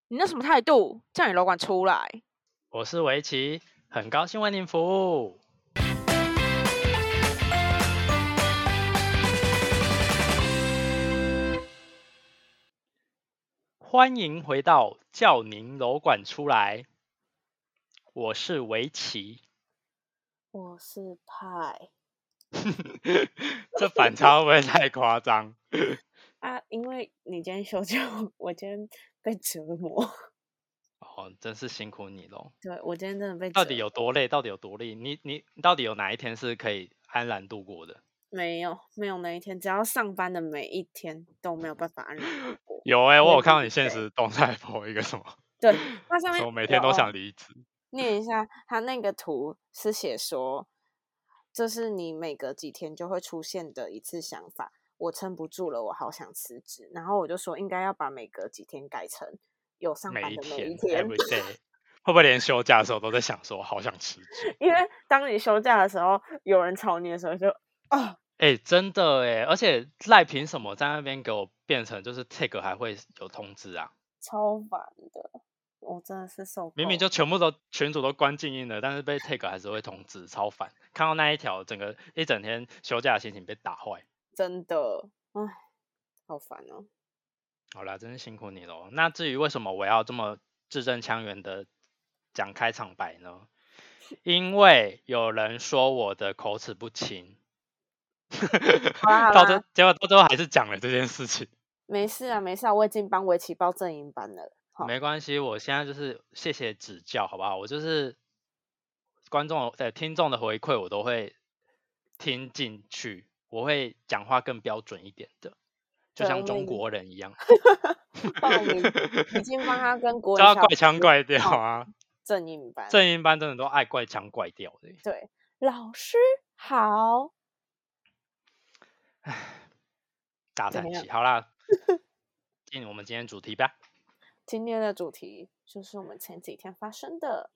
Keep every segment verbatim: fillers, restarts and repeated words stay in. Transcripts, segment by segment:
你那什么态度？叫你楼管出来！ 我是围棋，很高兴为您服务。欢迎回到叫您楼管出来，我是围棋， 我是派这反差会不会太夸张？ 啊，因为你今天休假，我今天被折磨。 哦，真是辛苦你咯。 对，我今天真的被折磨。 到底有多累？到底有多累？你你到底有哪一天是可以安然度过的？ 没有，没有那一天，只要上班的每一天都没有办法安然度过。 有哎、欸，我有看到你现实动态 po 一个什么？ 对，它上面什么每天都想离职。 念一下，它那个图是写说，这是你每隔几天就会出现的一次想法。我撑不住了，我好想辞职。然后我就说，应该要把每隔几天改成有上班的每一天。 Every day， 会不会连休假的时候都在想说，好想辞职？ 因为当你休假的时候，有人吵你的时候就，就啊， 哎、欸，真的哎，而且赖凭什么在那边给我变成就是 take 还会有通知啊？ 超烦的。我真的是受够了， 明明就全部都群组都关静音了，但是被 take 还是会通知，超烦。看到那一条，整个一整天休假的心情被打坏。 真的，唉，好烦哦。 好啦，真是辛苦你咯。那至于为什么我要这么字正腔圆的讲开场白呢？因为有人说我的口齿不清，到这结果到最后还是讲了这件事情。 没事啊，没事啊，我已经帮围棋报正音班了。 没关系，我现在就是谢谢指教，好不好？我就是观众的、听众的回馈，我都会听进去，我会讲话更标准一点的，就像中国人一样。 已经帮他跟国文叫他怪腔怪调啊！ 正音班， 正音班真的都爱怪腔怪调的。 对，老师好。 唉，大叹气。好啦，进入我们今天主题吧。 今天的主题就是我们前几天发生的。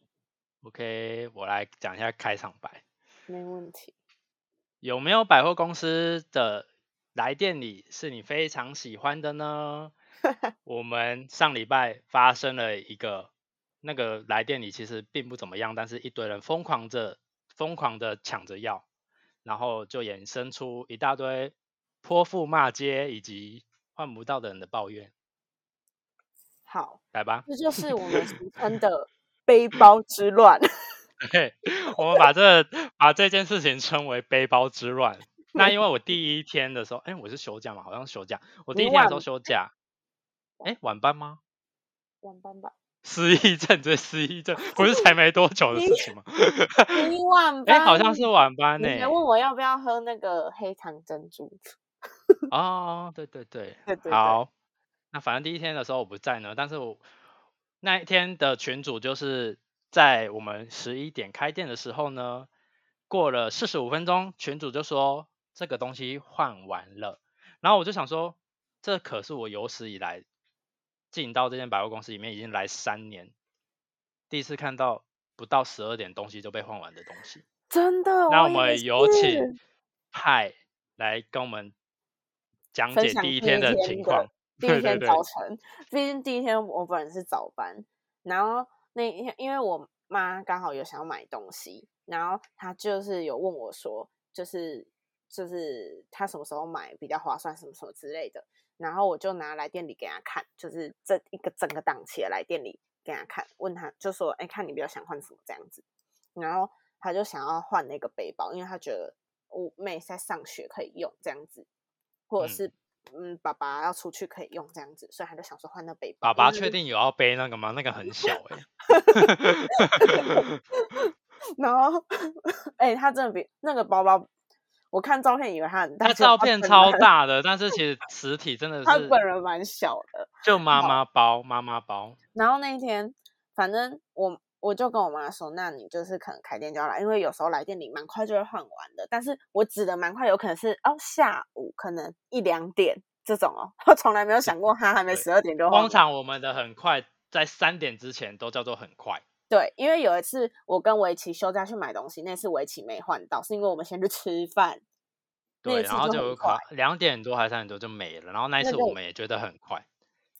OK， 我来讲一下开场白。 没问题。 有没有百货公司的来店里是你非常喜欢的呢？我们上礼拜发生了一个，那个来店里其实并不怎么样，但是一堆人疯狂着疯狂的抢着要，然后就衍生出一大堆泼妇骂街以及换不到的人的抱怨。 好， 来吧， 这就是我们俗称的背包之乱。 对，我们把这把这件事情称为背包之乱。那因为我第一天的时候，哎，我是休假嘛，好像是休假。我第一天的时候休假，哎，晚班吗？ 晚班吧。 失忆症，这失忆症不是才没多久的事情吗？ 你晚班？ 哎，好像是晚班呢、欸。 你还问我要不要喝那个黑糖珍珠？ 哦，对对对， 对对对， 好。那反正第一天的时候我不在呢，但是我那一天的群组就是在我们十一点开店的时候呢，过了四十五分钟，群主就说这个东西换完了，然后我就想说，这可是我有史以来进到这间百货公司里面已经来三年，第一次看到不到十二点东西就被换完的东西。 真的。 那我们有请派来跟我们讲解第一天的情况。 第一天早晨，毕竟第一天我本人是早班，然后那一天因为我妈刚好有想要买东西，然后她就是有问我说，就是就是她什么时候买比较划算，什么什么之类的，然后我就拿来店里给她看，就是这一个整个档期的来店里给她看，问她就说，哎，看你比较想换什么这样子，然后她就想要换那个背包，因为她觉得我妹在上学可以用这样子，或者是。嗯嗯，爸爸要出去可以用这样子，所以他就想说换那背包。 爸爸确定有要背那个吗？那个很小哎、 欸。然后，哎、欸，他真的比那个包包，我看照片以为他很大， 他照片超大的，但是其实实体真的是他本人蛮小的， 就妈妈包，妈妈包。 然后那一天，反正我我就跟我妈说，那你就是可能开店就要来，因为有时候来店里蛮快就会换完的。但是我指的蛮快，有可能是哦下午可能一两点这种哦，我从来没有想过他还没十二点就换完。 通常我们的很快，在三点之前都叫做很快。 对，因为有一次我跟围棋休假去买东西，那次围棋没换到，是因为我们先去吃饭。 对，然后就两点多还是三点多就没了，然后那一次我们也觉得很快。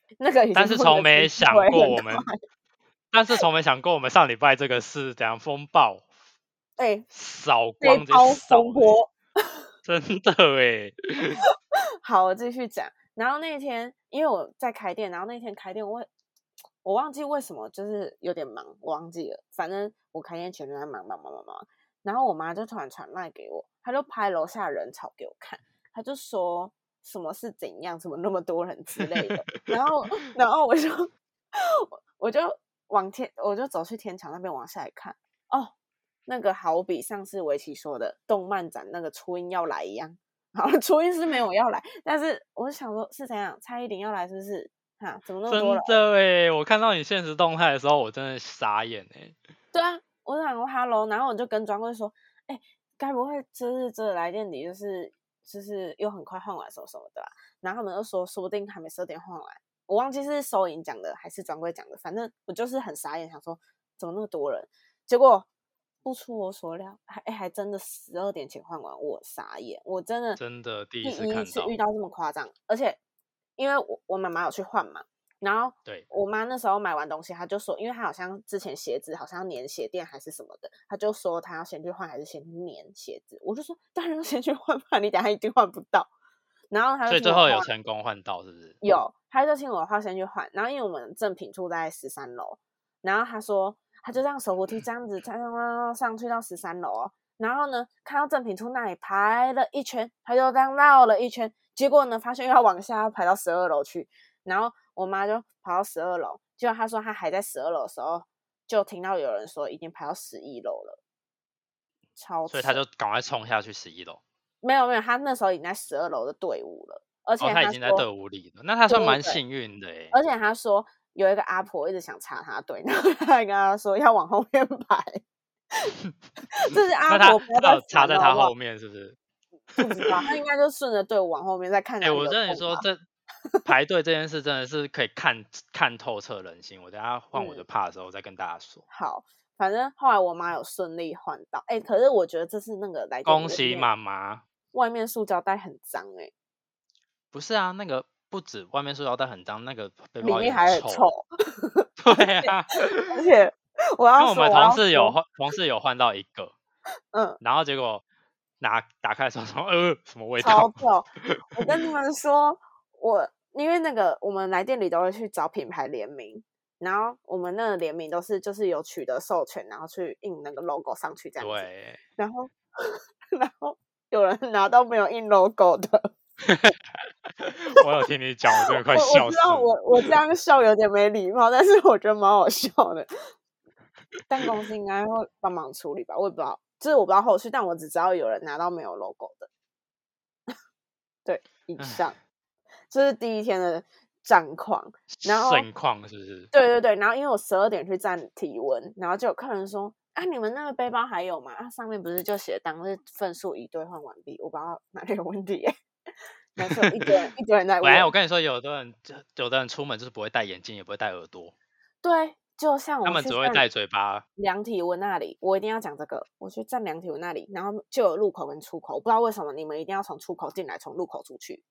那个已经但是不能从没持续会想过很我们， 快但是从没想过我们上礼拜这个是怎样风暴， 哎， 扫背光直接包扫欸， 风波。 真的哎， 好，我继续讲。然后那天因为我在开店，然后那天开店我我忘记为什么就是有点忙，我忘记了。反正我开店前就在忙忙忙忙忙。然后我妈就突然传赖给我，她就拍楼下人潮给我看，她就说什么是怎样，怎么那么多人之类的。然后然后我就我就往天，我就走去天桥那边往下来看，哦，那个好比上次围棋说的动漫展那个初音要来一样。好，初音是没有要来，但是我想说是怎样，蔡依林要来是不是？哈，怎么那么多人？ 真的哎，我看到你现实动态的时候，我真的傻眼哎。 对啊，我想说 hello，然后我就跟专柜说，哎、欸，该不会这日这来店里就是就是又很快换完什么什么的吧？然后他们就说，说不定还没十二点换完。我忘记是收银讲的还是专柜讲的，反正我就是很傻眼，想说怎么那么多人？结果不出我所料，还、欸、还真的十二点前换完，我傻眼，我真的真的第一第一次看到， 次遇到这么夸张，而且因为我我妈妈有去换嘛。然后对， 我妈那时候买完东西，她就说，因为她好像之前鞋子好像要粘鞋垫还是什么的，她就说她要先去换还是先去粘鞋子。我就说当然要先去换吧，你等下一定换不到。然后她就所以最后有成功换到是不是？ 有，她就听我的话先去换。然后因为我们正品处在十三楼，然后她说她就这样手扶梯这样子上去到十三楼哦。然后呢，看到正品处那里排了一圈，她就这样绕了一圈，结果呢，发现要往下排到十二楼去。然后我妈就跑到十二楼，结果她说她还在十二楼的时候，就听到有人说已经排到十一楼了，超所以他就赶快冲下去十一楼。 没有没有，她那时候已经在十二楼的队伍了，而且哦，他已经在队伍里了，那他算蛮幸运的哎。 而且他说有一个阿婆一直想插他队，然后他还跟他说要往后面排，这是阿婆不要再插在他后面是不是？ 不知道，他应该就顺着队伍往后面再看。哎， 我跟你说，这排队这件事真的是可以看看透彻人心。我等下换我的怕的时候再跟大家说。 嗯、好，反正后来我妈有顺利换到，哎，可是我觉得这是那个来恭喜妈妈。 外面塑胶袋很脏哎、欸， 不是啊，那个不止外面塑胶袋很脏，那个背包里面还很臭。 对啊， 而且我要说， 因为我们同事有换，同事有换到一个， 嗯， 然后结果拿打开的时候说，呃，什么味道？ 超臭！我跟你们说，我因为那个我们来店里都会去找品牌联名，然后我们那个联名都是就是有取得授权，然后去印那个 logo 上去这样子。 对， 然后然后有人拿到没有印 logo 的。 我有听你讲，我真的快笑死了。 我知道我我这样笑有点没礼貌，但是我觉得蛮好笑的。但公司应该会帮忙处理吧，我也不知道，就是我不知道后续，但我只知道有人拿到没有 logo 的。对，以上这是第一天的战况，然后盛况是不是？ 对对对，然后因为我十二点去站体温，然后就有客人说啊，你们那个背包还有吗？啊，上面不是就写当日份数已兑换完毕，我不知道哪里有问题耶。没错，一堆人一堆人在问。 喂，我跟你说，有的人有的人出门就是不会戴眼镜，也不会戴耳朵。 对，就像我他们只会戴嘴巴。 量体温那里，我一定要讲这个。我去站量体温那里，然后就有入口跟出口，我不知道为什么你们一定要从出口进来，从入口出去。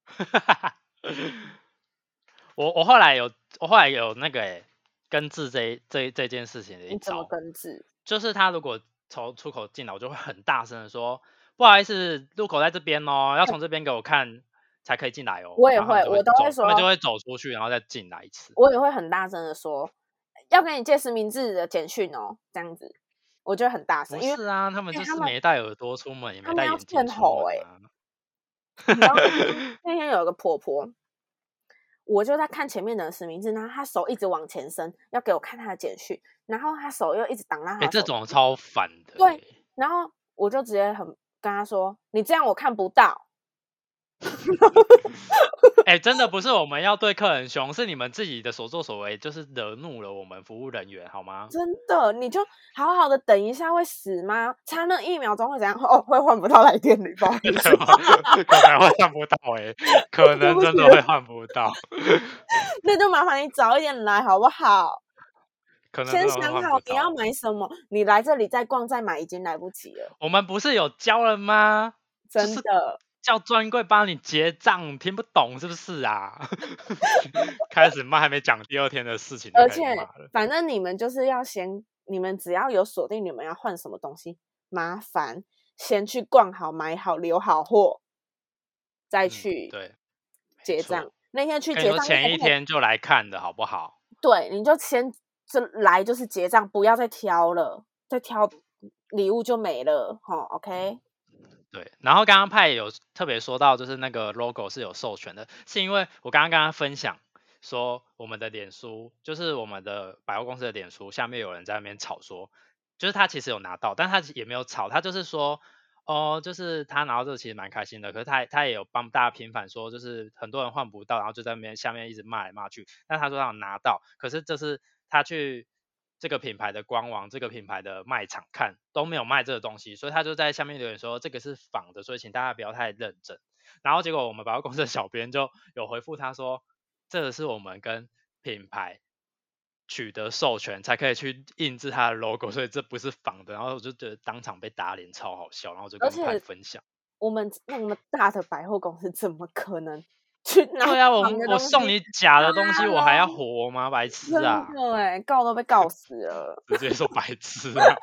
我我后来有我后来有那个哎根治这这这件事情的一招。 你怎么根治？ 就是他如果从出口进来，我就会很大声的说，不好意思，入口在这边哦，要从这边给我看才可以进来哦。 我也会，我都会说， 他们就会走出去，然后再进来一次。 我也会很大声的说，要跟你借实名制的简讯哦，这样子，我觉得很大声。 不是啊，他们就是没戴耳朵出门，也没戴眼镜出门啊。 然后那天有一个婆婆，我就在看前面的实名制，然后她手一直往前伸，要给我看她的简讯，然后她手又一直挡到她的手。 哎，这种超烦的。 对，然后我就直接很跟她说，你这样我看不到。 哎、欸，真的不是我们要对客人凶，是你们自己的所作所为，就是惹怒了我们服务人员，好吗？ 真的，你就好好的等一下，会死吗？差那一秒钟会怎样？哦，会换不到来店里，不好意思， 可能会换不到哎、欸，可能真的会换不到。 那就麻烦你早一点来好不好？ 可能先想好你要买什么，你来这里再逛再买已经来不及了。 我们不是有教了吗？ 真的， 叫专柜帮你结账，听不懂是不是啊？开始骂，还没讲第二天的事情就而且开始骂了。 反正你们就是要先，你们只要有锁定你们要换什么东西，麻烦先去逛好、买好、留好货，再嗯， 去对， 结账。那天去跟你说结账， 前一天就来看的好不好？ 对，你就先就来就是结账，不要再挑了，再挑礼物就没了，哈 ，OK。 对，然后刚刚派有特别说到，就是那个 logo 是有授权的，是因为我刚刚跟他分享说，我们的脸书就是我们的百货公司的脸书下面有人在那边吵说，就是他其实有拿到，但他也没有吵，他就是说，哦，就是他拿到这个其实蛮开心的，可是他他也有帮大家平反说，就是很多人换不到，然后就在那边下面一直骂来骂去，但他说他有拿到，可是这是他去这个品牌的官网、这个品牌的卖场看都没有卖这个东西，所以他就在下面留言说这个是仿的，所以请大家不要太认真。然后结果我们百货公司的小编就有回复他说，这个是我们跟品牌取得授权才可以去印制它的 logo，所以这不是仿的。然后我就觉得当场被打脸，超好笑，然后我就跟派而且分享。 我们那么大的百货公司，怎么可能去拿对啊，我仿的东西？ 我送你假的东西，我还要啊活吗？白痴真啊！ 的哎，告都被告死了。 直接说白痴啊！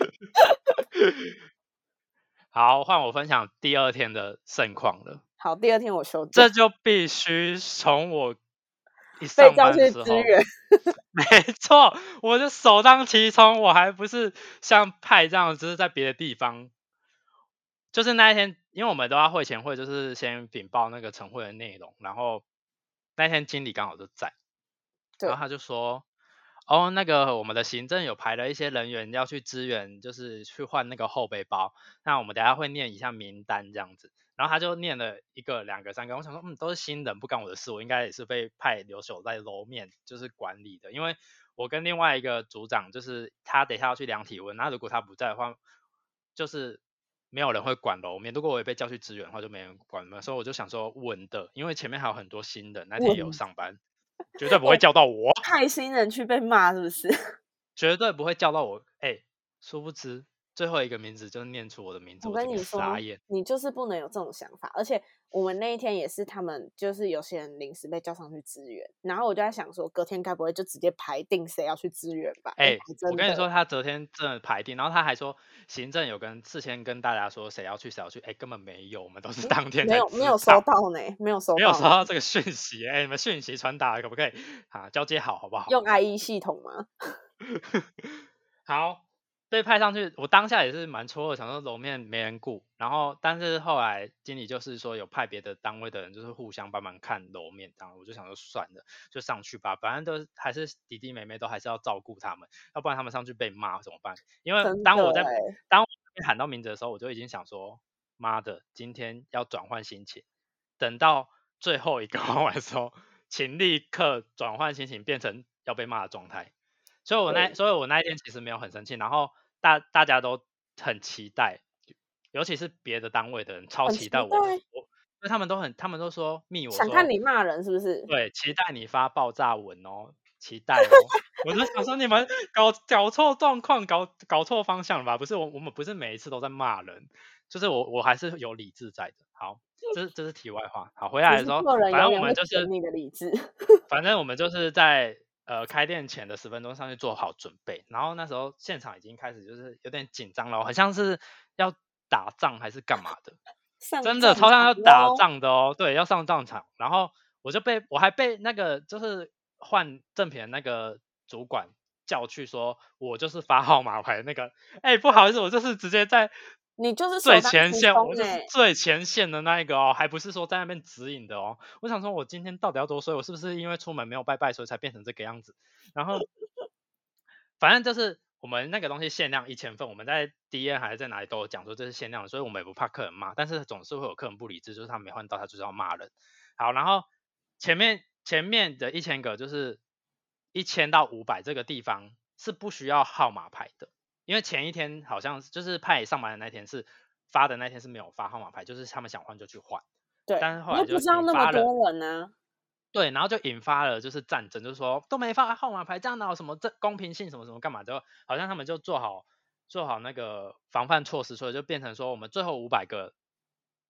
好，换我分享第二天的盛况了。 好，第二天我休假， 这就必须从我一被上叫去班的时候， 支援。 没错，我就首当其冲，我还不是像派这样，只是在别的地方。就是那一天，因为我们都要会前会，就是先禀报那个晨会的内容，然后那天经理刚好就在，然对， 后他就说，哦，那个我们的行政有排了一些人员要去支援，就是去换那个后背包，那我们等下会念一下名单这样子。然后他就念了一个、两个、三个，我想说，嗯，都是新人，不干我的事，我应该也是被派留守在楼面，就是管理的，因为我跟另外一个组长，就是他等一下要去量体温，那如果他不在的话，就是没有人会管楼面。如果我也被叫去支援的话，就没人管了。所以我就想说稳的，因为前面还有很多新人，那天也有上班，绝对不会叫到我， 派新人去被骂是不是？ 绝对不会叫到我。哎、欸，殊不知最后一个名字就念出我的名字， 我我整个跟你说， 傻眼。 你就是不能有这种想法。而且我们那一天也是，他们就是有些人临时被叫上去支援，然后我就在想说，隔天该不会就直接排定谁要去支援吧？哎、 哎、欸，我跟你说，他昨天真的排定，然后他还说行政有跟事先跟大家说谁要去谁要去，哎、欸，根本没有，我们都是当天才没有没有知道收到呢，没有收到， 没有收到这个讯息。哎、欸，你们讯息传达可不可以啊？交接好好不好？ 用 I E 系统吗？ 好，被派上去，我当下也是蛮错愕，想说楼面没人顾，然后但是后来经理就是说有派别的单位的人，就是互相帮忙看楼面，然后我就想说算了，就上去吧，反正都是还是弟弟妹妹都还是要照顾他们，要不然他们上去被骂怎么办？因为真当我在的哎， 当我被喊到名字的时候，我就已经想说，妈的，今天要转换心情，等到最后一个换完的时候，请立刻转换心情，变成要被骂的状态。所以我那所以我那一天其实没有很生气，然后大大家都很期待，尤其是别的单位的人超很期待， 期待我，我因为他们都很他们都说密我想看说， 你骂人是不是？ 对，期待你发爆炸文哦，期待哦。我就想说你们搞搞错状况，搞搞错方向了吧？不是我我们不是每一次都在骂人，就是我我还是有理智在的。好，这是这是题外话。好，回来的时候， 做人反正我永远会们就是舔你的理智。 反正我们就是在呃开店前的十分钟上去做好准备，然后那时候现场已经开始就是有点紧张了，好像是要打仗还是干嘛的，真的超像要打仗的哦，对，要上战场。然后我就被我还被那个就是换正品的那个主管叫去说，我就是发号码牌那个，哎、欸，不好意思，我就是直接在。 你就是最前线，我就是欸最前线的那一个哦，还不是说在那边指引的哦。我想说，我今天到底要多衰？我是不是因为出门没有拜拜，所以才变成这个样子？然后，反正就是我们那个东西限量一千份，我们在 D N 还是在哪里都有讲说这是限量的，所以我们也不怕客人骂，但是总是会有客人不理智，就是他没换到，他就是要骂人。好，然后前面前面的一千个就是一千到五百这个地方是不需要号码牌的。因为前一天好像就是派上班的那天是发的那天是没有发号码牌，就是他们想换就去换。 对， 但是后来就不知道那么多人呢、啊。 对，然后就引发了就是战争，就是说都没发号码牌，这样哪有什么这公平性什么什么干嘛？就好像他们就做好做好那个防范措施，所以就变成说我们最后五百个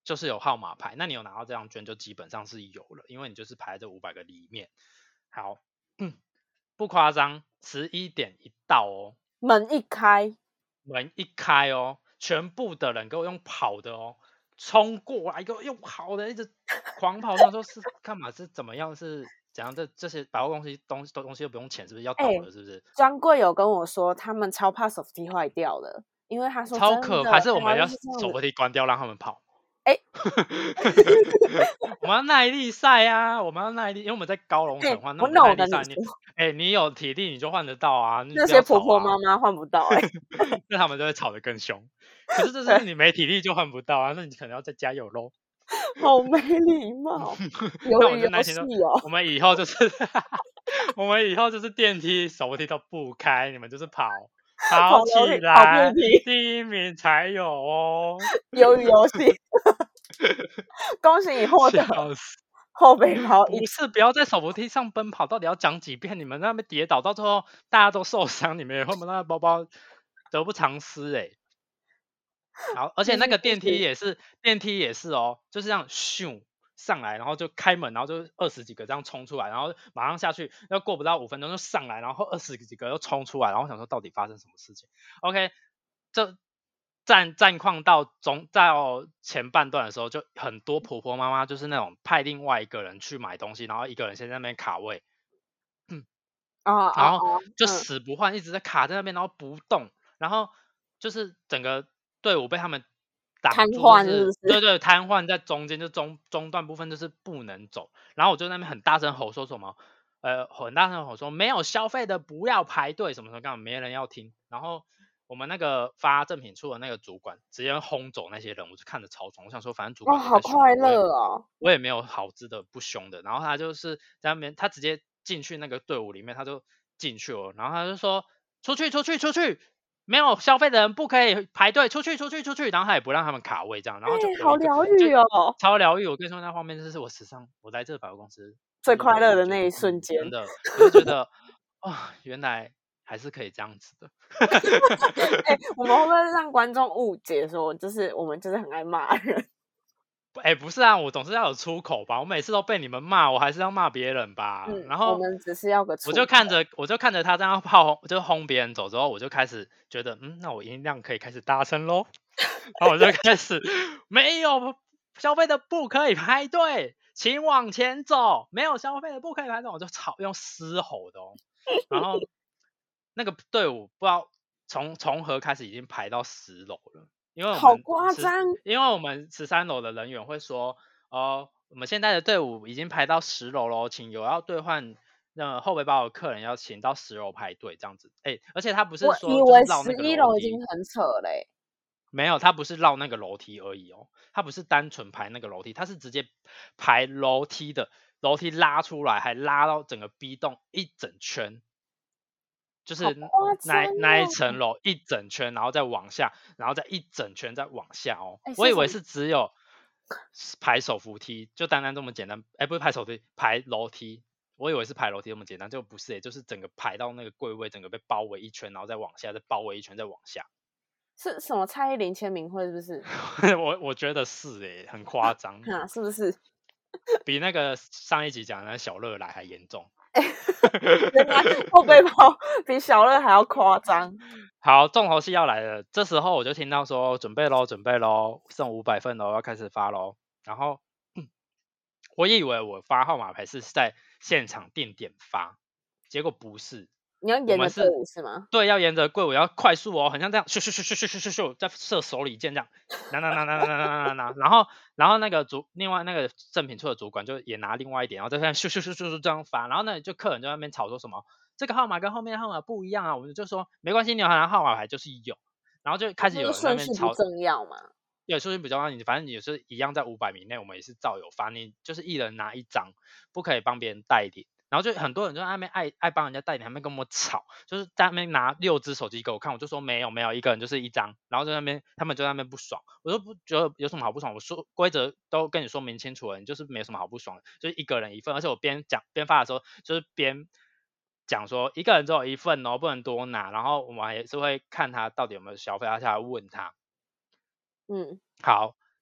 就是有号码牌，那你有拿到这张券就基本上是有了，因为你就是排在这五百个里面。好，不夸张，十一点一到哦， 门一开， 门一开哦，全部的人给我用跑的哦，冲过来，给我用跑的，一直狂跑。那时候是干嘛？是怎么样？是怎样？这这些百货公司东东西又不用钱，是不是要倒了？是不是？ 专柜有跟我说，他们超怕手扶梯坏掉的，因为他说真的， 超可，还是我们要台湾就是这样子手扶梯关掉，让他们跑。 哎我们要耐力赛啊！我们要耐力，因为我们在高龙哎城换那我种那我跟你耐力赛，你说， 哎、你有体力你就换得到啊，你那些婆不要吵啊， 婆妈妈换不到哎、 那他们就会吵得更凶。可是这对是你没体力就换不到啊，那你可能要再加油喽。 好没礼貌， 那我鱿鱼游戏就耐心说， 哦， 我们以后就是我们以后就是电梯、手扶梯都不开，你们就是跑跑跑楼起梯跑来， 电梯， 第一名才有哦。 鱿鱼游戏，恭喜你获得笑死！ 后背包一不是，不要在手扶梯上奔跑，到底要讲几遍？你们在那边跌倒，到最后大家都受伤，你们也会不会那个包包得不偿失哎、好，而且那个电梯也是，电梯也是哦，就是这样咻上来，然后就开门，然后就二十几个这样冲出来，然后马上下去，要过不到五分钟就上来，然后二十几个又冲出来，然后我想说到底发生什么事情 ？OK， 这战战况到中到前半段的时候，就很多婆婆妈妈就是那种派另外一个人去买东西，然后一个人先在那边卡位， 哦哦然后哦， 就嗯， 死不换，一直在卡在那边，然后不动，然后就是整个队伍被他们瘫挡住，就痪是不是？ 是对对瘫痪在中间，就中中段部分就是不能走。然后我就在那边很大声吼说什么，呃，很大声吼说没有消费的不要排队，什么什么干嘛，没人要听。然后我们那个发赠品处的那个主管直接轰走那些人，我就看着超爽。我想说，反正主哇， 管都好快在凶我，我也乐哦！ 我也没有好知的不凶的。然后他就是在那边，他直接进去那个队伍里面，他就进去了，然后他就说出去出去出去，没有消费的人不可以排队，出去出去出去，然后他也不让他们卡位这样，然后就哎， 有一个好疗就愈哦， 超疗愈。我跟你说，那画面就是我史上我来这个百货公司最就是唯一觉得快乐的那一瞬嗯， 间。 真的，我就觉得啊、哦，原来还是可以这样子的。 哎，我们会不会让观众误解说，就是我们就是很爱骂人？ 哎、不是啊，我总是要有出口吧，我每次都被你们骂，我还是要骂别人吧。 嗯， 然后我们只是要个出我就口。 看着，我就看着他这样炮，就轰别人走之后，我就开始觉得，嗯，那我音量可以开始大声喽。然后我就开始没有消费的不可以排队，请往前走，没有消费的不可以排队，我就吵用嘶吼的哦。然后那个队伍不知道从从何开始已经排到十楼了，因为我好们十， 夸张！ 因为我们十三楼的人员会说，哦，我们现在的队伍已经排到十楼喽，请有要兑换那后背包的客人要请到十楼排队这样子。哎，而且他不是我以说就是为绕那个十一楼已楼梯， 经很扯嘞。 没有，他不是绕那个楼梯而已哦，他不是单纯排那个楼梯，他是直接排楼梯的，楼梯拉出来，还拉到整个 B 栋一整圈，就是好夸张那那一哦！ 层楼一整圈，然后再往下，然后再一整圈再往下哦。 哎， 我以为是什么？ 是只有排手扶梯，就单单这么简单，哎，不是排手扶梯，排楼梯。我以为是排楼梯这么简单，就不是诶，就是整个排到那个柜位，整个被包围一圈，然后再往下，再包围一圈，再往下。 是什么蔡依林签名会是不是？ 我我觉得是诶，很夸张， 哈，是不是？ 比那个上一集讲的小乐来还严重。 原来后背包比小乐还要夸张。 好，重头戏要来了，这时候我就听到说准备咯，准备咯，剩五百份咯，要开始发咯。然后我以为我发号码牌是在现场定点发，结果不是， 你要我们沿着队是伍是吗？ 对，要沿着柜尾要快速哦，很像这样咻咻咻咻咻咻咻咻在射手里箭这样，拿拿拿拿拿拿拿拿拿，然后然后那个主另外那个赠品处的主管就也拿另外一点，然后在那咻咻咻咻咻这样发，然后呢就客人就在那边吵说什么这个号码跟后面的号码不一样啊，我们就说没关系，你有拿号码牌就是有，然后就开始这个有人在那顺序不边吵， 重要嘛？ 对，顺序比较慢，你反正你也是一样在五百米内，我们也是照有发，你就是一人拿一张，不可以帮别人代理。然后就很多人就在那边爱爱帮人家代理，还没跟我吵，就是在那边拿六只手机给我看，我就说没有没有，一个人就是一张，然后在那边他们就在那边不爽，我说不觉得有什么好不爽，我说规则都跟你说明清楚了，你就是没有什么好不爽的，就是一个人一份，而且我边讲边发的时候就是边讲说一个人只有一份哦，不能多拿，然后我们还是会看他到底有没有消费，而且还问他。 嗯， 好，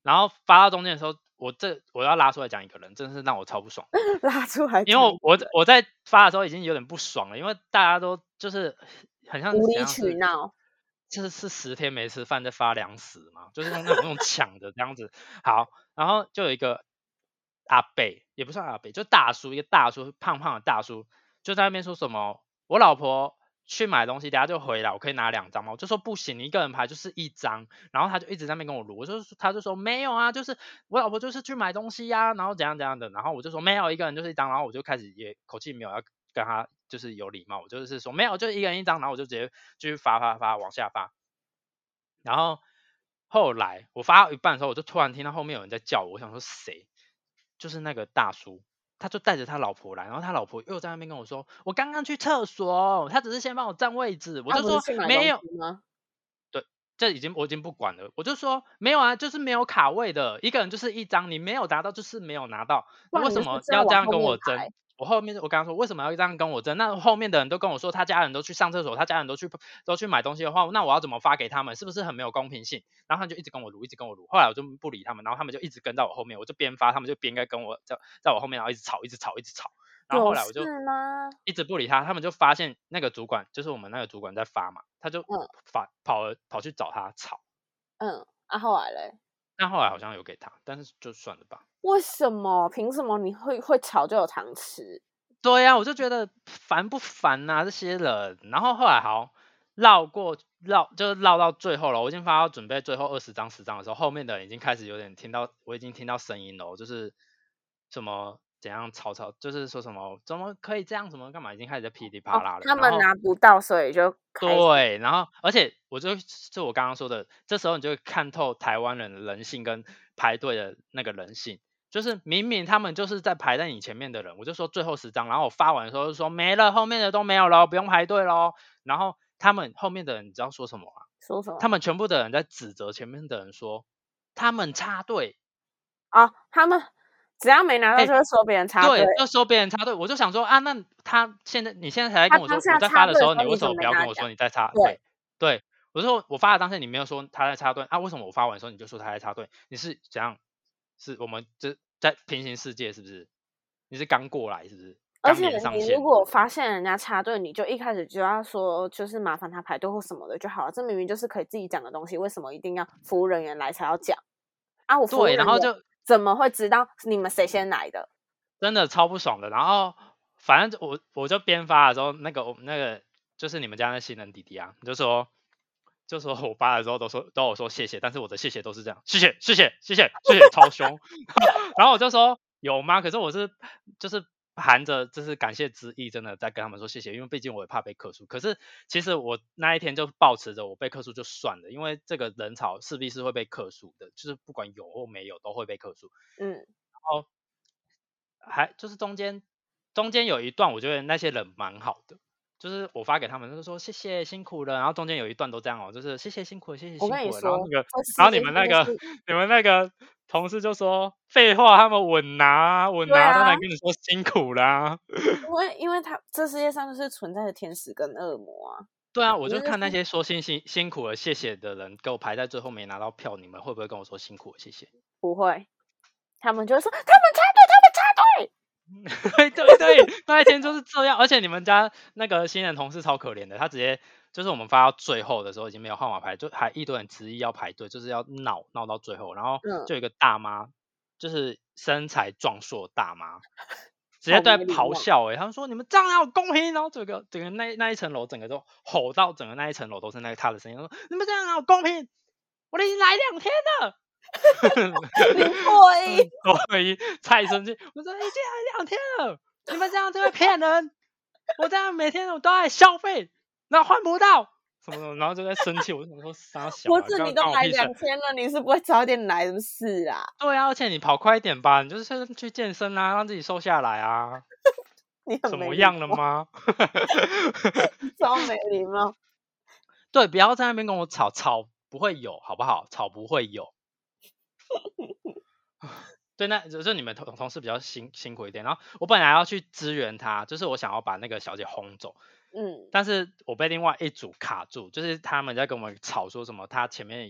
然后发到中间的时候，我这我要拉出来讲一个人，真的是让我超不爽。 拉出来， 因为我我我在发的时候已经有点不爽了，因为大家都就是很像无理怎样是， 取闹， 就是是十天没吃饭在发粮食嘛，就是用那种用抢的这样子。好，然后就有一个阿伯，也不算阿伯，就大叔，一个大叔，胖胖的大叔，就在那边说什么，我老婆去买东西，等下就回来，我可以拿两张吗？我就说不行，你一个人排就是一张。然后他就一直在那边跟我撸，我就他就说没有啊，就是我老婆就是去买东西呀、啊，然后怎样怎样的。然后我就说没有，一个人就是一张。然后我就开始也口气没有要跟他就是有礼貌，我就是说没有，就一个人一张。然后我就直接继续发发发往下发。然后后来我发到一半的时候，我就突然听到后面有人在叫我，我想说谁？就是那个大叔。他就带着他老婆来，然后他老婆又在那边跟我说：“我刚刚去厕所，他只是先帮我占位置。”我就说：“没有。”对，这已经我已经不管了，我就说没有啊，就是没有卡位的，一个人就是一张，你没有拿到就是没有拿到，那为什么要这样跟我争？我后面我跟他说为什么要这样跟我争？那后面的人都跟我说他家人都去上厕所，他家人都去都去买东西的话，那我要怎么发给他们？是不是很没有公平性？然后他就一直跟我撸，一直跟我撸，后来我就不理他们，然后他们就一直跟在我后面，我就边发，他们就边该跟我在在我后面，然后一直吵，一直吵，一直吵。然后后来我就一直不理他，他们就发现那个主管就是我们那个主管在发嘛，他就发跑了跑去找他吵。 嗯，啊后来嘞？ 但后来好像有给他，但是就算了吧。 为什么？凭什么你会会吵就有糖吃？ 对呀、啊，我就觉得烦不烦啊这些人。然后后来好绕过绕就是绕到最后了，我已经发到准备最后二十张十张的时候，后面的人已经开始有点听到，我已经听到声音了，就是什么怎样吵吵，就是说什么怎么可以这样，什么干嘛，已经开始在噼里啪啦了。 哦、他们拿不到，所以就对，然后而且我就就我刚刚说的，这时候你就会看透台湾人的人性跟排队的那个人性。就是明明他们就是在排在你前面的人，我就说最后十张，然后我发完的时候就说没了，后面的都没有了，不用排队咯。然后他们后面的人你知道说什么吗？ 说什么？ 他们全部的人在指责前面的人说他们插队。 哦，他们只要没拿到就会说别人插队， 对，就说别人插队。我就想说啊，那他现在你现在才在跟我说，我在发的时候，你为什么不要跟我说你在插队？对，我说我发的当下你没有说他在插队啊，为什么我发完的时候你就说他在插队？你是怎样？是我们这在平行世界是不是？你是刚过来是不是？ 而且你如果发现人家插队，你就一开始就要说，就是麻烦他排队或什么的就好了。这明明就是可以自己讲的东西，为什么一定要服务人员来才要讲？啊，我服务人员然后就怎么会知道你们谁先来的？ 真的超不爽的。然后反正我我就边发的时候，那个我们那个就是你们家那新人弟弟啊，就说。就说我发的时候都说都有说谢谢，但是我的谢谢都是这样，谢谢谢谢谢谢谢谢超凶。然后我就说有吗？可是我是就是含着就是感谢之意，真的在跟他们说谢谢，因为毕竟我也怕被客诉。可是其实我那一天就抱持着我被客诉就算了，因为这个人潮势必是会被客诉的，就是不管有或没有都会被客诉。 嗯， 然后还就是中间中间有一段，我觉得那些人蛮好的。就是我发给他们，就是说谢谢辛苦了，然后中间有一段都这样哦，就是谢谢辛苦了，谢谢辛苦了。然后那个，然后你们那个你们那个同事就说废话，他们稳拿稳拿，当然跟你说辛苦啦。 因为因为他这世界上就是存在的天使跟恶魔啊。 对啊，我就看那些说辛辛辛苦了谢谢的人，给我排在最后没拿到票，你们会不会跟我说辛苦了谢谢？ 不会，他们就会说他们插队，他们插队。 对对对，那一天就是这样。而且你们家那个新人同事超可怜的，他直接就是我们发到最后的时候已经没有号码牌，就还一堆人执意要排队，就是要闹闹到最后。然后就有一个大妈，就是身材壮硕大妈，直接在咆哮哎、欸，他们说你们这样哪有公平？然后整个整个那那一层楼整个都吼到整个那一层楼都是那个他的声音，说你们这样哪有公平？我已经来两天了。 零破一， 破一，太生气！我说已经来两天了，你们这样就会骗人。我这样每天我都在消费，然后换不到什么什么，然后就在生气。我就想说傻小、啊， 不是你都来两天了，你是不会早点来，是不是啊？ 对啊，而且你跑快一点吧，你就是去健身啊，让自己瘦下来啊。 你怎么样了吗？ 超没礼貌。 对，不要在那边跟我吵，吵不会有，好不好？吵不会有。对，那就是你们同同事比较辛辛苦一点，然后我本来要去支援他，就是我想要把那个小姐轰走，嗯，但是我被另外一组卡住，就是他们在跟我们吵说什么，他前面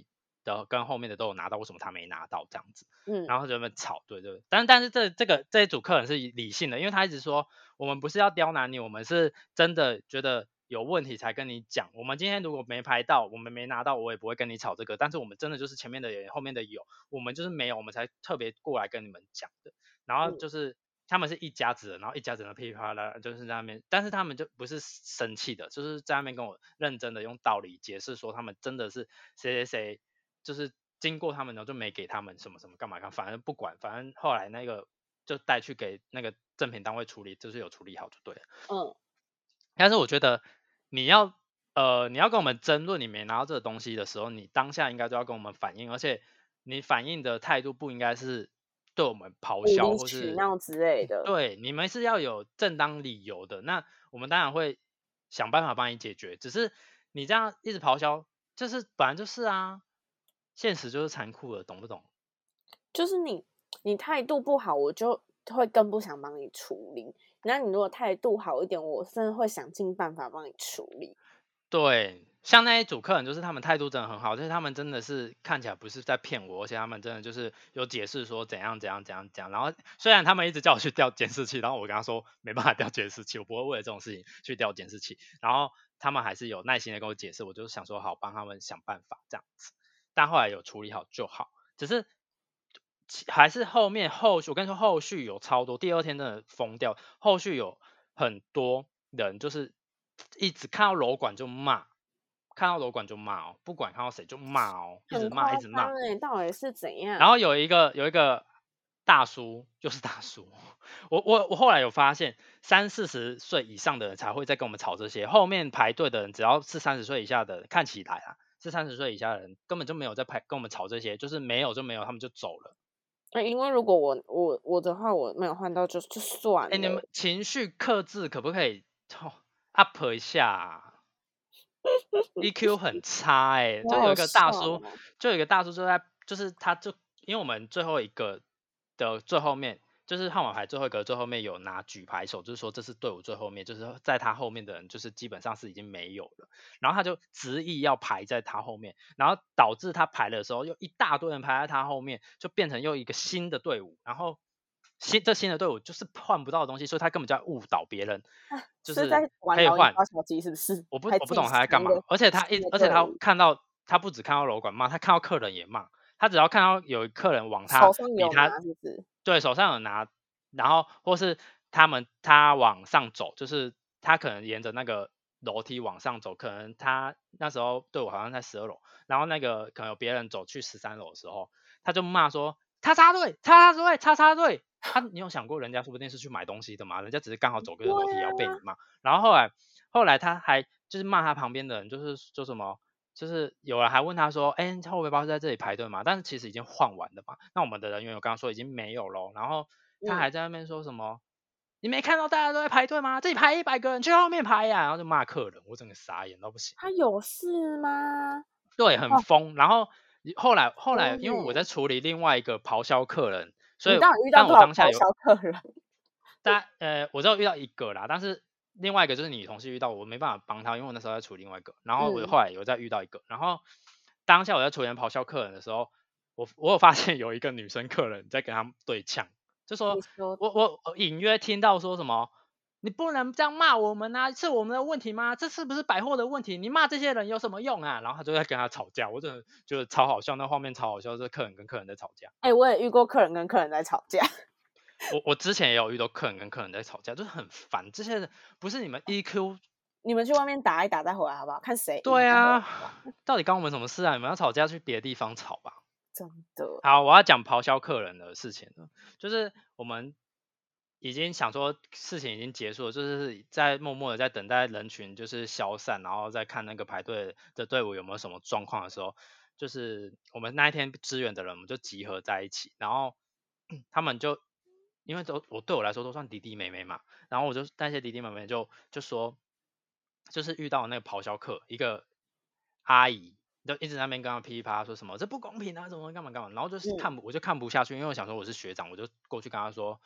的跟后面的都有拿到，为什么他没拿到这样子？ 嗯， 然后就在那边吵，对对。但但是这这个这一组客人是理性的，因为他一直说我们不是要刁难你，我们是真的觉得有问题才跟你讲。我们今天如果没排到，我们没拿到，我也不会跟你吵这个。但是我们真的就是前面的有，后面的有，我们就是没有，我们才特别过来跟你们讲的。然后就是。嗯他们是一家子的，然后一家子的噼里啪啦，就是在那边，但是他们就不是生气的，就是在那边跟我认真的用道理解释说，他们真的是谁谁谁，就是经过他们呢就没给他们什么什么干嘛干嘛，反正不管，反正后来那个就带去给那个正品单位处理，就是有处理好就对了。 嗯， 但是我觉得你要呃你要跟我们争论你没拿到这个东西的时候，你当下应该就要跟我们反映，而且你反映的态度不应该是对我们咆哮无理或是取闹之类的。 对，你们是要有正当理由的，那我们当然会想办法帮你解决。只是你这样一直咆哮，就是本来就是啊，现实就是残酷的，懂不懂？ 就是你你态度不好，我就会更不想帮你处理。那你如果态度好一点，我真的会想尽办法帮你处理。 对，像那一组客人，就是他们态度真的很好，就是他们真的是看起来不是在骗我，而且他们真的就是有解释说怎样怎样怎样怎样。然后虽然他们一直叫我去调监视器，然后我跟他说没办法调监视器，我不会为了这种事情去调监视器。然后他们还是有耐心的跟我解释，我就想说好帮他们想办法这样子。但后来有处理好就好，只是还是后面后续，我跟你说后续有超多，第二天真的疯掉，后续有很多人就是一直看到楼管就骂，看到楼管就骂哦，不管看到谁就骂哦，一直很夸骂一直骂。 张哎，到底是怎样？ 然后有一个有一个大叔，就是大叔，我我我后来有发现，三四十岁以上的人才会在跟我们吵这些，后面排队的人只要是三十岁以下的人，看起来啊是三十岁以下的人，根本就没有在排跟我们吵这些，就是没有就没有，他们就走了。 欸、因为如果我我我的话，我没有换到就就算哎，你们了。 情绪克制可不可以、哦、up 一下、啊、？E Q 很差哎、欸，就有一个好好笑大叔， 哦。 就有一个大叔就在，就是他就因为我们最后一个的最后面，就是号码牌最后一个最后面有拿举牌手，就是说这是队伍最后面，就是在他后面的人就是基本上是已经没有了，然后他就执意要排在他后面，然后导致他排的时候又一大堆人排在他后面，就变成又一个新的队伍，然后。新这新的队伍就是换不到的东西，所以他根本就在误导别人，就是是在玩可以换。 老鹰抓小鸡是不是？ 我不我不还自己懂他在干嘛， 新的而且他一新的而且他队伍， 看到他不只看到楼管骂，他看到客人也骂，他只要看到有客人往他手上有比他拿是不是？ 对手上有拿，然后或是他们他往上走，就是他可能沿着那个楼梯往上走，可能他那时候对我好像在十二楼，然后那个可能有别人走去十三楼的时候，他就骂说叉叉队叉叉队叉叉队，他你有想过人家说不定是去买东西的吗？人家只是刚好走个楼梯也要被你骂，然后后来后来他还就是骂他旁边的人，就是说什么。就是有人还问他说：“哎、欸，后背包是在这里排队吗？”但是其实已经换完了嘛。那我们的人员有刚刚说已经没有咯，然后他还在那边说什么：“嗯、你没看到大家都在排队吗？这里排一百个人，去后面排呀、啊！”然后就骂客人，我整个傻眼到不行。 他有事吗？ 对，很哦， 疯。然后后来后来， 疯因为我在欸处理另外一个咆哮客人，所以你到底遇到但多少咆我当下有哮客人？ 但呃，我只有遇到一个啦，但是另外一个就是女同事遇到我没办法帮她，因为我那时候在处理另外一个，然后我嗯， 后来有再遇到一个，然后当下我在处理咆哮客人的时候，我我有发现有一个女生客人在跟他们对呛，就说你说我我我隐约听到说什么。你不能这样骂我们啊！是我们的问题吗？这是不是百货的问题？你骂这些人有什么用啊？然后他就在跟他吵架，我真的觉得超好笑，那画面超好笑，是客人跟客人在吵架。 哎、欸，我也遇过客人跟客人在吵架。 我我之前也有遇到客人跟客人在吵架，就是很烦。这些人不是你们 E Q， 你们去外面打一打再回来好不好？看谁赢。 对啊，到底关我们什么事啊？你们要吵架去别的地方吵吧。 真的。 好，我要讲咆哮客人的事情了，就是我们已经想说事情已经结束了，就是在默默的在等待人群就是消散，然后再看那个排队的队伍有没有什么状况的时候，就是我们那一天支援的人，我们就集合在一起，然后他们就因为都我对我来说都算弟弟妹妹嘛，然后我就那些弟弟妹妹就就说，就是遇到那个咆哮客一个阿姨。就一直在那边跟他噼里啪啦说什么这不公平啊，怎么干嘛干嘛，然后就是看不、嗯、我就看不下去，因为我想说我是学长，我就过去跟他说，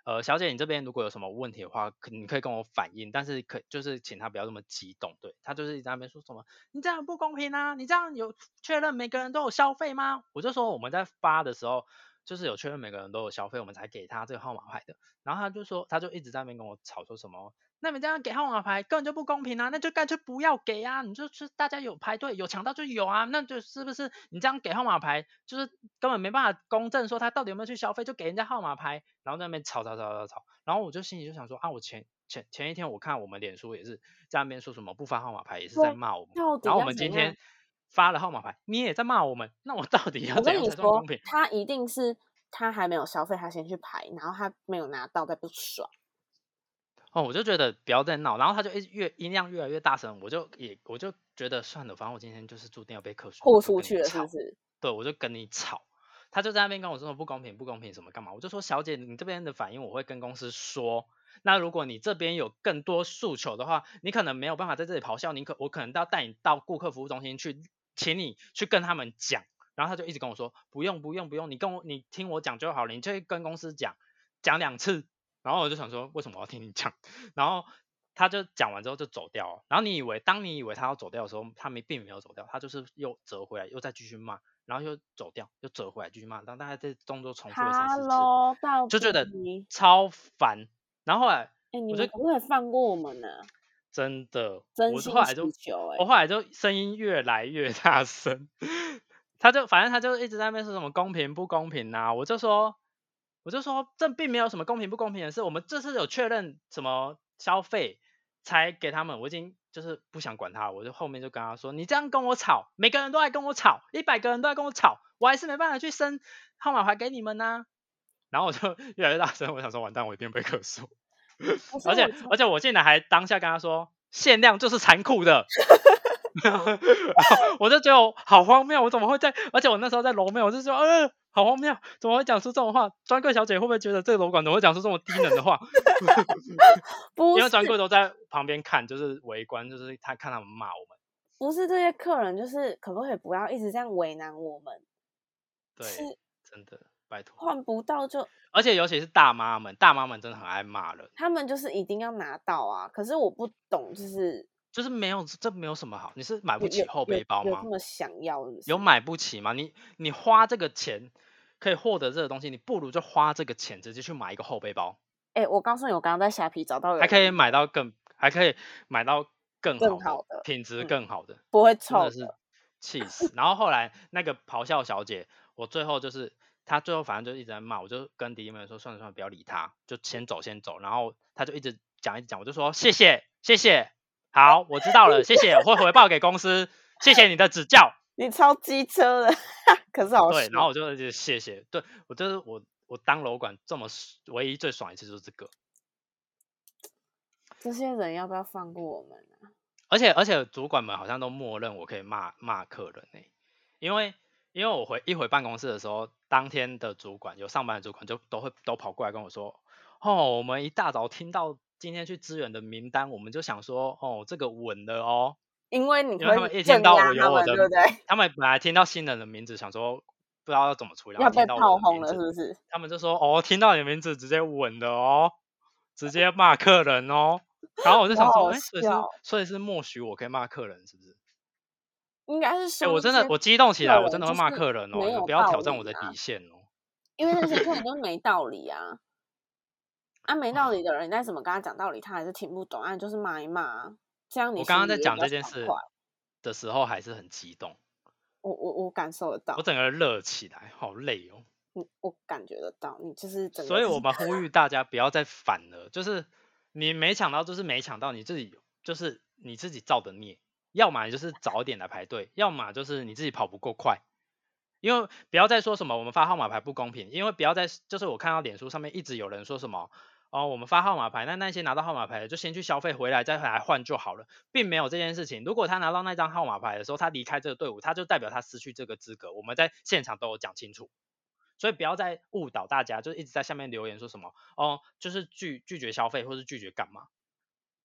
呃，小姐你这边如果有什么问题的话，可你可以跟我反映，但是可就是请他不要这么激动，对他就是一直在那边说什么你这样不公平啊，你这样有确认每个人都有消费吗？我就说我们在发的时候就是有确认每个人都有消费，我们才给他这个号码牌的。然后他就说他就一直在那边跟我吵说什么，那你这样给号码牌根本就不公平啊，那就干脆不要给啊！你就是大家有排队有抢到就有啊，那就是不是你这样给号码牌，就是根本没办法公证说他到底有没有去消费，就给人家号码牌，然后在那边吵吵吵吵吵，然后我就心里就想说啊，我前前前一天我看我们脸书也是在那边说什么不发号码牌，也是在骂我们， 到底然后我要怎样？ 们今天发了号码牌，你也在骂我们，那我到底要我怎样跟你说， 才算公平？ 他一定是他还没有消费，他先去排，然后他没有拿到，再不爽。 哦，我就觉得不要再闹，然后他就一直越音量越来越大声，我就也我就觉得算了，反正我今天就是注定要被克诉，我就豁出去了，是不跟你吵， 是？ 对，我就跟你吵。他就在那边跟我说不公平不公平什么干嘛，我就说小姐你这边的反应我会跟公司说，那如果你这边有更多诉求的话，你可能没有办法在这里咆哮，你可我可能要带你到顾客服务中心去，请你去跟他们讲。然后他就一直跟我说不用不用不用，你跟我你听我讲就好了，你就跟公司讲讲两次。然后我就想说为什么我要听你讲，然后他就讲完之后就走掉了。然后你以为当你以为他要走掉的时候，他没并没有走掉，他就是又折回来又再继续骂，然后又走掉又折回来继续骂，然后大概这动作重复了三四次， Hello，到就觉得底， 超烦。然后后来哎、你我就们可不可以放过我们呢、 真的， 真心祈我后来就求、欸，哎， 我后来就声音越来越大声，他就反正他就一直在那边说什么公平不公平啊，我就说我就说这并没有什么公平不公平的事，我们这次有确认什么消费才给他们，我已经就是不想管他了，我就后面就跟他说你这样跟我吵，每个人都在跟我吵，一百个人都在跟我吵，我还是没办法去升号码牌给你们呐、然后我就越来越大声，我想说完蛋，我一定被克诉。而且可是我而且我竟然还当下跟他说限量就是残酷的。然后我就觉得好荒谬，我怎么会在？而且我那时候在楼妹，我就说，呃，好荒谬，怎么会讲出这种话？专柜小姐会不会觉得这个楼管怎么会讲出这么低能的话？ 不是因为专柜都在旁边看，就是围观，就是他看他们骂我们。 不是这些客人，就是可不可以不要一直这样为难我们？ 对， 是真的，拜托。 换不到就而且尤其是大妈们，大妈们真的很爱骂人， 他们就是一定要拿到啊。可是我不懂，就是就是没有这没有什么好，你是买不有有起后有背包吗？ 有这么想要是不是？ 有买不起吗？你你花这个钱可以获得这个东西，你不如就花这个钱直接去买一个后背包， 哎、我告诉你，我刚刚在虾皮找到有人还可以买到更还可以买到更好的更好的， 品质嗯， 更好的， 不会真的是臭的。 气死。然后后来那个咆哮小姐，我最后就是她最后反正就一直在骂，我就跟弟弟们说算了算了，不要理她，就先走先走。然后她就一直讲一直讲，我就说谢谢谢谢，好我知道了，谢谢，我会回报给公司，谢谢你的指教。 你超机车的，可是好对，然后笑。 我就一直谢谢，对我就是我我当楼管这么唯一最爽一次就是这个。 这些人要不要放过我们啊？ 而且而且主管们好像都默认我可以骂骂客人呢、欸，因为因为我回一回办公室的时候，当天的主管有上班的主管就都会都跑过来跟我说，哦，我们一大早听到今天去支援的名单，我们就想说，哦，这个稳了哦， 因为你因为他们会一听到镇压他们， 我有我的， 对不对？ 他们本来听到新人的名字想说不知道要怎么处理，然要被后听到我炮轰了， 的名字， 是不是？ 他们就说，哦，听到你的名字直接稳了哦，直接骂客人哦。然后我就想说， 好好哎、所以是笑， 所以是默许我可以骂客人，是不是？ 应该是哎、 说那些我真的我激动起来，我真的会骂客人就是客人哦， 没有你们不要挑道理战我的底啊， 线哦。 因为那些客人都没道理啊。啊，没道理的人，你再怎么跟他讲道理，他还是听不懂，啊，你就是骂一骂啊，这样你我刚刚在讲心里也比较这件事爽快。 的时候还是很激动， 我我我感受得到， 我整个人热起来，好累哦。 你我感觉得到，你就是整个所以我们呼吁大家不要再反了，就是你没抢到就是没抢到，你自己就是你自己造的孽，要么你就是早一点来排队，要么就是你自己跑不够快。因为不要再说什么我们发号码牌不公平，因为不要再就是我看到脸书上面一直有人说什么哦，我们发号码牌，那那些拿到号码牌的就先去消费回来再回来换就好了，并没有这件事情。如果他拿到那张号码牌的时候，他离开这个队伍，他就代表他失去这个资格，我们在现场都有讲清楚。所以不要再误导大家，就是一直在下面留言说什么哦，就是拒拒绝消费或是拒绝干嘛。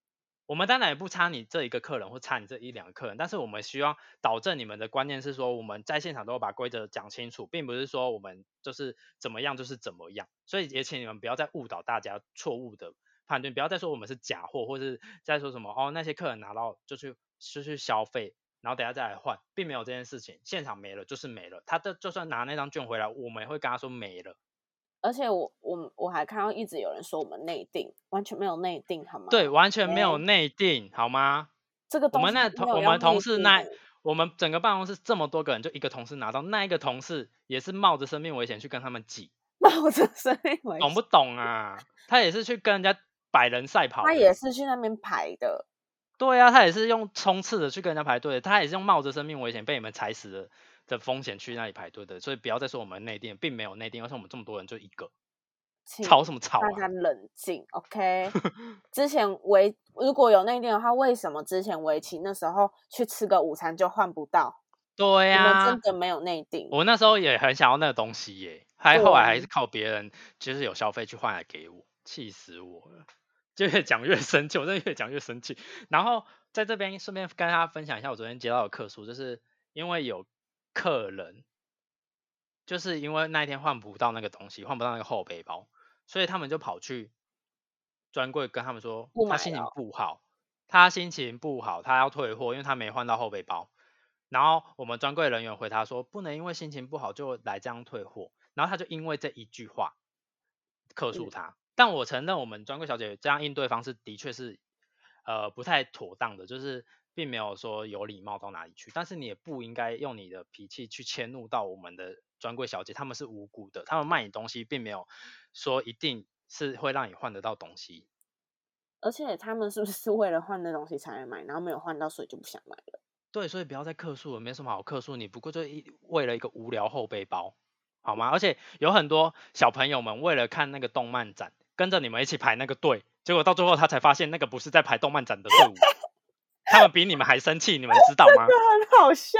我们当然也不差你这一个客人或差你这一两个客人，但是我们希望导正你们的观念是说，我们在现场都要把规则讲清楚，并不是说我们就是怎么样就是怎么样，所以也请你们不要再误导大家错误的判断，不要再说我们是假货，或是再说什么哦那些客人拿到就去就去消费，然后等下再来换，并没有这件事情，现场没了就是没了，他的就算拿那张券回来，我们也会跟他说没了。 而且我我我还看到一直有人说我们内定，完全没有内定，好吗？ 对，完全没有欸内定，好吗？ 这个东西我们那同没有要我们同内定事那欸我们整个办公室这么多个人，就一个同事拿到，那一个同事也是冒着生命危险去跟他们挤， 冒着生命危险， 懂不懂啊？他也是去跟人家百人赛跑的， 他也是去那边排的。 对啊，他也是用冲刺的去跟人家排队的，他也是用冒着生命危险被你们踩死的的风险去那里排队的，所以不要再说我们内定，并没有内定，而且我们这么多人就一个， 请吵什么吵大家啊？ 冷静，OK？之前围如果有内定的话，为什么之前围棋那时候去吃个午餐就换不到？ 对你们呀、 真的没有内定？ 我那时候也很想要那个东西耶，还对后来还是靠别人就是有消费去换来给我，气死我了，就越讲越生气，我真的越讲越生气。然后在这边顺便跟大家分享一下我昨天接到的客诉，就是因为有客人就是因为那一天换不到那个东西，换不到那个后背包，所以他们就跑去专柜跟他们说不买他心情了， 不好，他心情不好，他要退货，因为他没换到后背包。然后我们专柜人员回他说，不能因为心情不好就来这样退货。然后他就因为这一句话客诉嗯， 他。但我承认我们专柜小姐这样应对方式的确是呃不太妥当的，就是并没有说有礼貌到哪里去。但是你也不应该用你的脾气去迁怒到我们的专柜小姐，他们是无辜的，他们卖你东西并没有说一定是会让你换得到东西。 而且他们是不是为了换那东西才来买，然后没有换到，所以就不想买了？ 对，所以不要再客诉了，没什么好客诉你，不过就一为了一个无聊后背包，好吗？而且有很多小朋友们为了看那个动漫展，跟着你们一起排那个队，结果到最后他才发现那个不是在排动漫展的队伍，他们比你们还生气，你们知道吗？ 很好笑，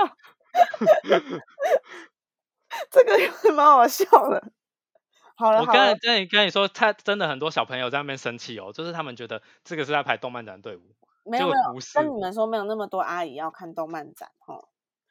这个也蛮好笑的。好了我刚才好了， 跟你跟你说，他真的很多小朋友在那边生气哦，就是他们觉得这个是在排动漫展的队伍，结果没有没有， 不是， 跟你们说没有那么多阿姨要看动漫展哦。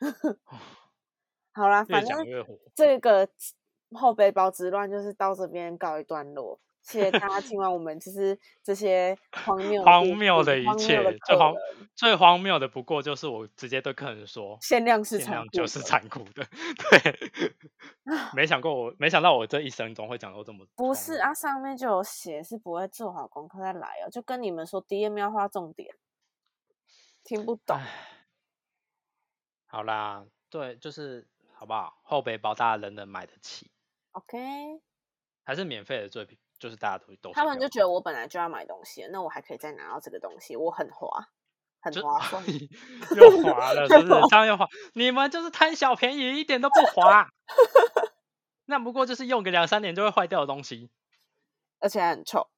好啦， 越反正讲越火。 这个后背包之乱就是到这边告一段落。谢谢大家听完我们就是这些荒谬的荒故事、 谬的一荒谬的切，最荒客人， 最荒谬的不过就是我直接对客人说， 限量是限残酷量就是的。 残酷的，对，没想过我没想到我这一生中会讲到这么荒谬。 不是啊，上面就有写是不会做好功课再来哦，就跟你们说 D M 要画重点，听不懂。 唉，好啦，对，就是好不好？后背包大家人人买得起， OK， 还是免费的最就是大家都都他想要， 们就觉得我本来就要买东西了，那我还可以再拿到这个东西，我很划，很就划算。 又滑了，是不是？这样又滑，你们就是贪小便宜，一点都不滑。那不过就是用个两三年就会坏掉的东西。 而且还很臭。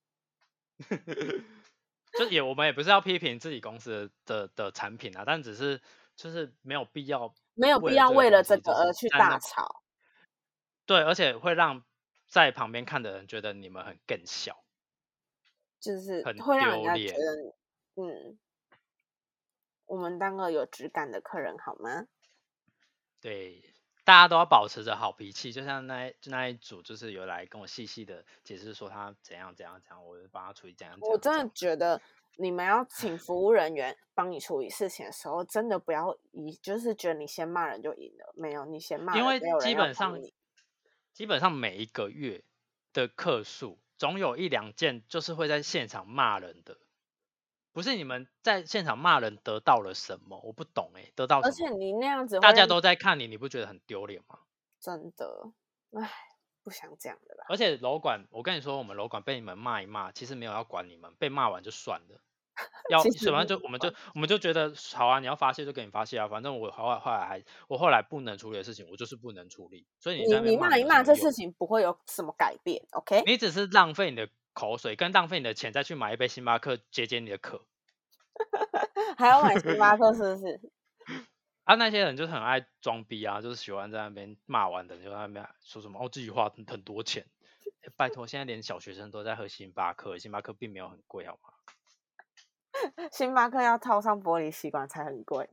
就也我们也不是要批评自己公司的的的产品啊，但只是就是没有必要没有必为了这个要为了这东西就是个而去在那大吵。 对，而且会让在旁边看的人觉得你们很更小， 就是很会让人家觉丢脸。 得，嗯，我们当个有质感的客人好吗？ 对，大家都要保持着好脾气，就像那一那一组就是有来跟我细细的解释说他怎样怎样怎样，我就帮他处理怎样怎我真的样这样。 觉得你们要请服务人员帮你处理事情的时候，真的不要以就是觉得你先骂人就赢了，没有，你先骂人， 因为没有人要基本上帮你。 基本上每一个月的客数，总有一两件就是会在现场骂人的。不是你们在现场骂人得到了什么？我不懂哎、得到什么？ 而且你那样子会让大家都在看你，你不觉得很丢脸吗？ 真的，唉，不想讲的啦。 而且楼管，我跟你说，我们楼管被你们骂一骂，其实没有要管你们，被骂完就算了。要其实什么不就我们就我们就觉得好啊，你要发泄就给你发泄啊，反正我后来后来还我后来不能处理的事情，我就是不能处理，所以你你你在那边骂骂一骂，这没有什么用， 事情不会有什么改变，OK？ 你只是浪费你的口水，跟浪费你的钱再去买一杯星巴克解解你的渴。 还要买星巴克是不是？ 啊，那些人就是很爱装逼啊，就是喜欢在那边骂完的，就在那边说什么哦自己花很很多钱、欸拜托，现在连小学生都在喝星巴克，星巴克并没有很贵，好吗？ 星巴克要套上玻璃吸管才很贵。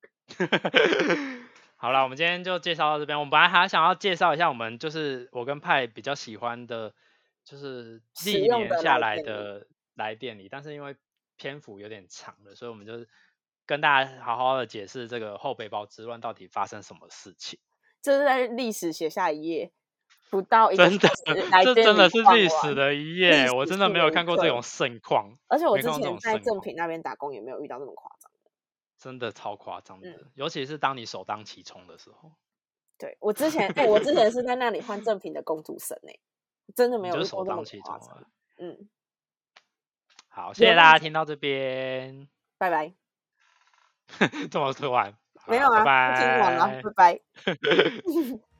好了，我们今天就介绍到这边。我们本来还想要介绍一下我们就是我跟派比较喜欢的，就是历年下来的来店里，但是因为篇幅有点长了，所以我们就跟大家好好的解释这个后背包之乱到底发生什么事情。 这是在历史写下一页，不到一个真的，这真的是历史的一页，我真的没有看过这种盛况。 而且我之前在正品那边打工也没有遇到这么夸张的， 真的超夸张的、嗯，尤其是当你首当其冲的时候。 对，我之前，哎、欸，我之前是在那里换正品的公主绳哎、欸，真的没有遇过这么夸张。嗯， 好，谢谢大家听到这边， 拜拜。 这么突然？ 没有啊， 拜拜听完了，拜拜。